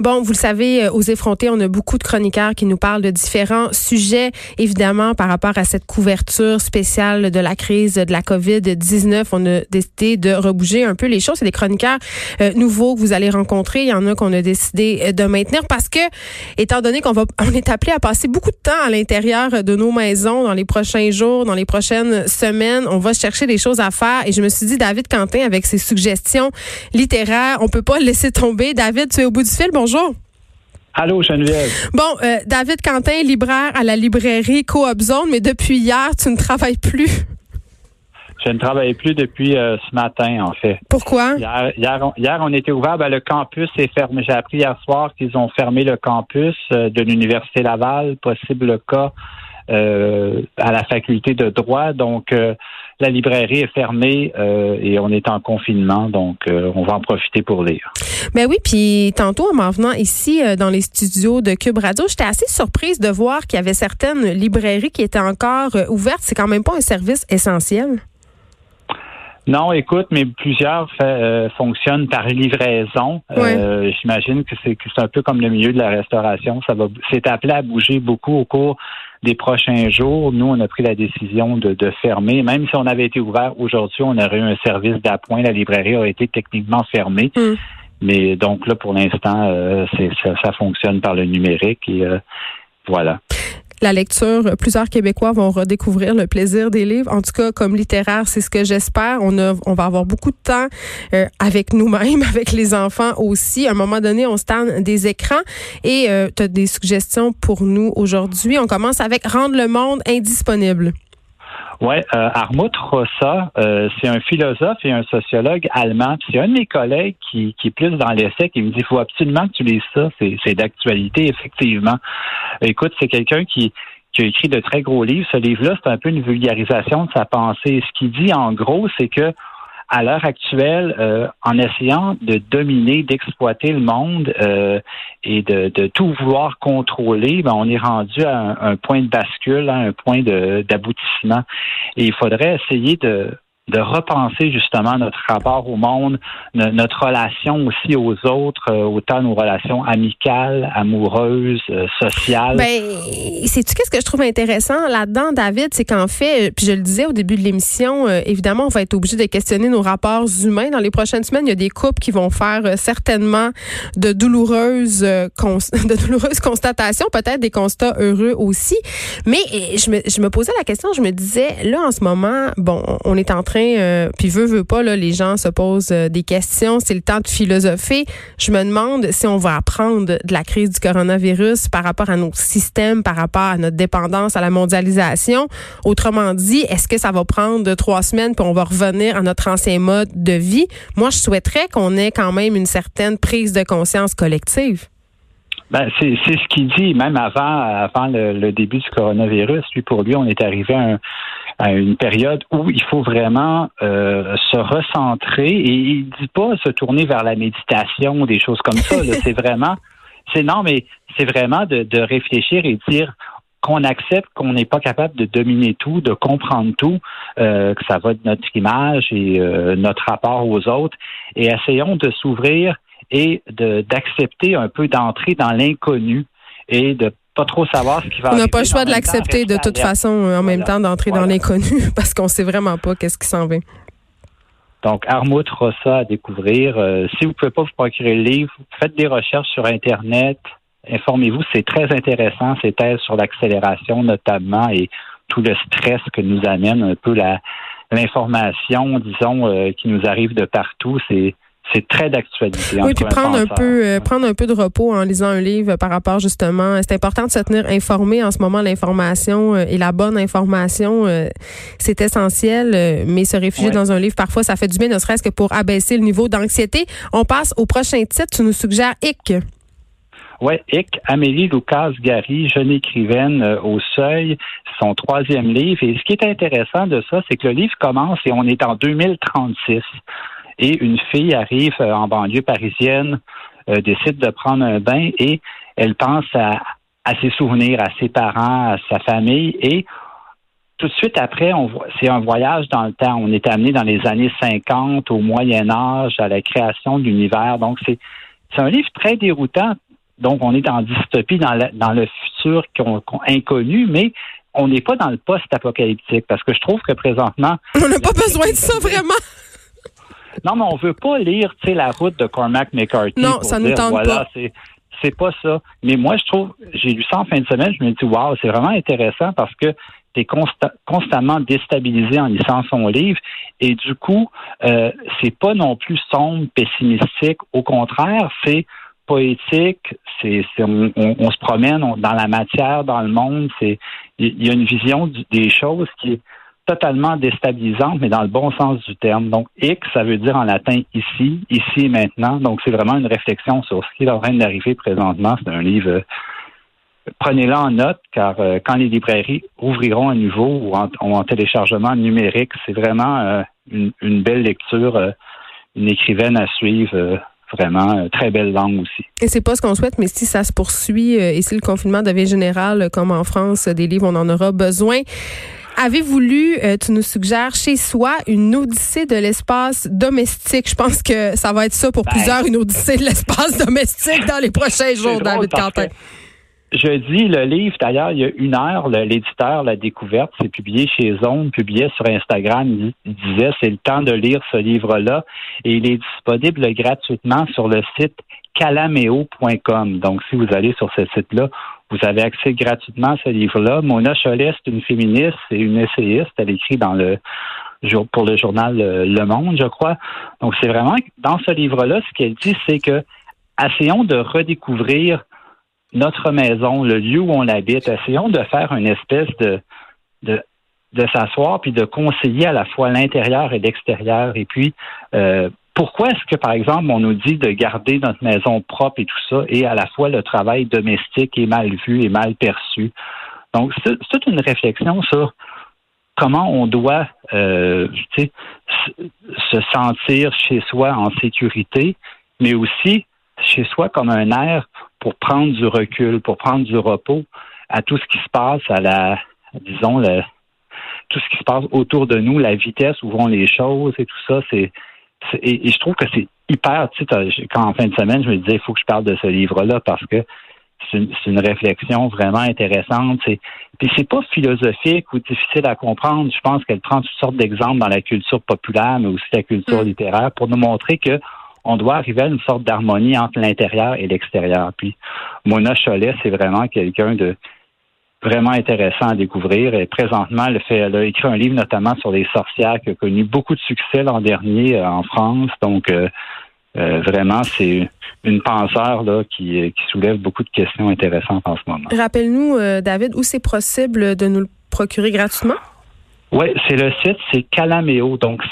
Bon, vous le savez, aux effrontés, on a beaucoup de chroniqueurs qui nous parlent de différents sujets, évidemment, par rapport à cette couverture spéciale de la crise de la COVID-19. On a décidé de rebouger un peu les choses. C'est des chroniqueurs nouveaux que vous allez rencontrer. Il y en a qu'on a décidé de maintenir parce que, étant donné on est appelé à passer beaucoup de temps à l'intérieur de nos maisons dans les prochains jours, dans les prochaines semaines, on va chercher des choses à faire. Et je me suis dit, David Quentin, avec ses suggestions littéraires, on peut pas le laisser tomber. David, tu es au bout du fil. Bonjour. Allô, Geneviève. Bon, David Quentin, libraire à la librairie Coop Zone, mais depuis hier, tu ne travailles plus. Je ne travaille plus depuis ce matin, en fait. Pourquoi? Hier, on était ouvert. Le campus est fermé. J'ai appris hier soir qu'ils ont fermé le campus de l'Université Laval, possible cas à la faculté de droit. Donc, la librairie est fermée et on est en confinement. Donc, on va en profiter pour lire. Ben oui, puis tantôt, en m'en venant ici dans les studios de Cube Radio, j'étais assez surprise de voir qu'il y avait certaines librairies qui étaient encore ouvertes. C'est quand même pas un service essentiel. Non, écoute, mais plusieurs fonctionnent par livraison. Ouais. J'imagine que c'est un peu comme le milieu de la restauration. C'est appelé à bouger beaucoup au cours des prochains jours. Nous, on a pris la décision de fermer. Même si on avait été ouvert aujourd'hui, on aurait eu un service d'appoint. La librairie aurait été techniquement fermée. Mais donc là, pour l'instant, ça fonctionne par le numérique et voilà. La lecture, plusieurs Québécois vont redécouvrir le plaisir des livres. En tout cas, comme littéraire, c'est ce que j'espère. On va avoir beaucoup de temps avec nous-mêmes, avec les enfants aussi. À un moment donné, on se tanne des écrans. Et tu as des suggestions pour nous aujourd'hui. On commence avec Rendre le monde indisponible. Oui, Armut Rosa, c'est un philosophe et un sociologue allemand. Puis c'est un de mes collègues qui est plus dans l'essai, qui me dit, il faut absolument que tu lises ça. C'est d'actualité, effectivement. Écoute, c'est quelqu'un qui a écrit de très gros livres. Ce livre-là, c'est un peu une vulgarisation de sa pensée. Ce qu'il dit, en gros, c'est que à l'heure actuelle, en essayant de dominer, d'exploiter le monde et de tout vouloir contrôler, on est rendu à un point de bascule, un point d'aboutissement. Et il faudrait essayer de repenser justement notre rapport au monde, notre relation aussi aux autres, autant nos relations amicales, amoureuses, sociales. Ben, sais-tu qu'est-ce que je trouve intéressant là-dedans, David, c'est qu'en fait, puis je le disais au début de l'émission, évidemment, on va être obligé de questionner nos rapports humains dans les prochaines semaines. Il y a des couples qui vont faire certainement de douloureuses constatations, peut-être des constats heureux aussi. Mais je me posais la question, je me disais, là, en ce moment, bon, on est en train puis veut pas, là, les gens se posent des questions, c'est le temps de philosopher. Je me demande si on va apprendre de la crise du coronavirus par rapport à nos systèmes, par rapport à notre dépendance à la mondialisation. Autrement dit, est-ce que ça va prendre 3 semaines puis on va revenir à notre ancien mode de vie? Moi, je souhaiterais qu'on ait quand même une certaine prise de conscience collective. C'est ce qu'il dit, même avant le début du coronavirus. Pour lui, on est arrivé à une période où il faut vraiment se recentrer et il dit pas se tourner vers la méditation ou des choses comme ça. Là. c'est vraiment de réfléchir et dire qu'on accepte qu'on n'est pas capable de dominer tout, de comprendre tout, que ça va de notre image et notre rapport aux autres, et essayons de s'ouvrir et d'accepter un peu d'entrer dans l'inconnu et de pas trop savoir ce qui va arriver. On n'a pas le choix de l'accepter de toute façon en même temps d'entrer dans l'inconnu parce qu'on sait vraiment pas qu'est-ce qui s'en vient. Donc, Armut Rosa à découvrir. Si vous pouvez pas vous procurer le livre, faites des recherches sur Internet, informez-vous, c'est très intéressant, ces thèses sur l'accélération notamment et tout le stress que nous amène un peu l'information, disons, qui nous arrive de partout, c'est très d'actualité. Oui, puis prendre un peu de repos en lisant un livre par rapport justement. C'est important de se tenir informé en ce moment. L'information et la bonne information, c'est essentiel. Mais se réfugier dans un livre, parfois, ça fait du bien, ne serait-ce que pour abaisser le niveau d'anxiété. On passe au prochain titre. Tu nous suggères Hic. Oui, Hic, Amélie Lucas-Gary, jeune écrivaine au Seuil, son 3e livre. Et ce qui est intéressant de ça, c'est que le livre commence et on est en 2036. Et une fille arrive en banlieue parisienne, décide de prendre un bain et elle pense à ses souvenirs, à ses parents, à sa famille. Et tout de suite après, c'est un voyage dans le temps. On est amené dans les années 50, au Moyen Âge, à la création de l'univers. Donc, c'est un livre très déroutant. Donc, on est en dystopie dans le futur inconnu, mais on n'est pas dans le post-apocalyptique, parce que je trouve que présentement... On n'a pas besoin de ça, vraiment. Non, mais on veut pas lire, La route de Cormac McCarthy. Non, pour ça dire, nous tente voilà, pas. C'est pas ça. Mais moi, je trouve, j'ai lu ça en fin de semaine, je me dis, wow, c'est vraiment intéressant parce que tu es constamment déstabilisé en lisant son livre. Et du coup, c'est pas non plus sombre, pessimistique. Au contraire, c'est poétique. On se promène dans la matière, dans le monde. Il y a une vision des choses qui est totalement déstabilisante, mais dans le bon sens du terme. Donc, X, ça veut dire en latin ici et maintenant. Donc, c'est vraiment une réflexion sur ce qui est en train d'arriver présentement. C'est un livre, prenez-le en note, car quand les librairies ouvriront à nouveau ou en téléchargement numérique, c'est vraiment une belle lecture, une écrivaine à suivre. Vraiment, très belle langue aussi. Et c'est pas ce qu'on souhaite, mais si ça se poursuit et si le confinement devient général, comme en France, des livres, on en aura besoin. Avez-vous lu, tu nous suggères, Chez soi, une odyssée de l'espace domestique? Je pense que ça va être ça pour plusieurs, une odyssée de l'espace domestique dans les prochains jours, David Quentin. Je dis, le livre, d'ailleurs, il y a 1 heure, l'éditeur l'a découverte, c'est publié chez Zone, publié sur Instagram, il disait, c'est le temps de lire ce livre-là, et il est disponible gratuitement sur le site calameo.com. Donc, si vous allez sur ce site-là, vous avez accès gratuitement à ce livre-là. Mona Chollet, c'est une féministe et une essayiste, elle écrit pour le journal Le Monde, je crois. Donc, c'est vraiment, dans ce livre-là, ce qu'elle dit, c'est que essayons de redécouvrir notre maison, le lieu où on habite, essayons de faire une espèce de s'asseoir puis de conseiller à la fois l'intérieur et l'extérieur. Et puis, pourquoi est-ce que, par exemple, on nous dit de garder notre maison propre et tout ça, et à la fois le travail domestique est mal vu et mal perçu? Donc, c'est toute une réflexion sur comment on doit se sentir chez soi en sécurité, mais aussi chez soi comme un air pour prendre du recul, pour prendre du repos à tout ce qui se passe, tout ce qui se passe autour de nous, la vitesse où vont les choses et tout ça. Et je trouve que c'est hyper, quand en fin de semaine, je me disais, il faut que je parle de ce livre-là parce que c'est une réflexion vraiment intéressante. Puis c'est pas philosophique ou difficile à comprendre. Je pense qu'elle prend toutes sortes d'exemples dans la culture populaire, mais aussi la culture littéraire pour nous montrer que on doit arriver à une sorte d'harmonie entre l'intérieur et l'extérieur. Puis Mona Chollet, c'est vraiment quelqu'un de vraiment intéressant à découvrir. Et présentement, elle a écrit un livre notamment sur les sorcières qui a connu beaucoup de succès l'an dernier en France. Donc, vraiment, c'est une penseur là, qui soulève beaucoup de questions intéressantes en ce moment. Rappelle-nous, David, où c'est possible de nous le procurer gratuitement? Oui, c'est le site, c'est Calameo, donc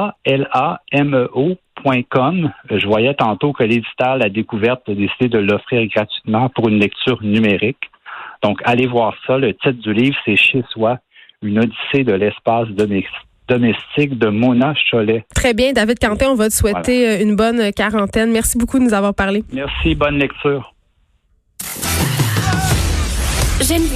CALAMEO.com. Je voyais tantôt que l'éditeur La Découverte a décidé de l'offrir gratuitement pour une lecture numérique. Donc, allez voir ça. Le titre du livre, c'est Chez soi, une odyssée de l'espace domestique de Mona Chollet. Très bien, David Quentin, on va te souhaiter une bonne quarantaine. Merci beaucoup de nous avoir parlé. Merci, bonne lecture.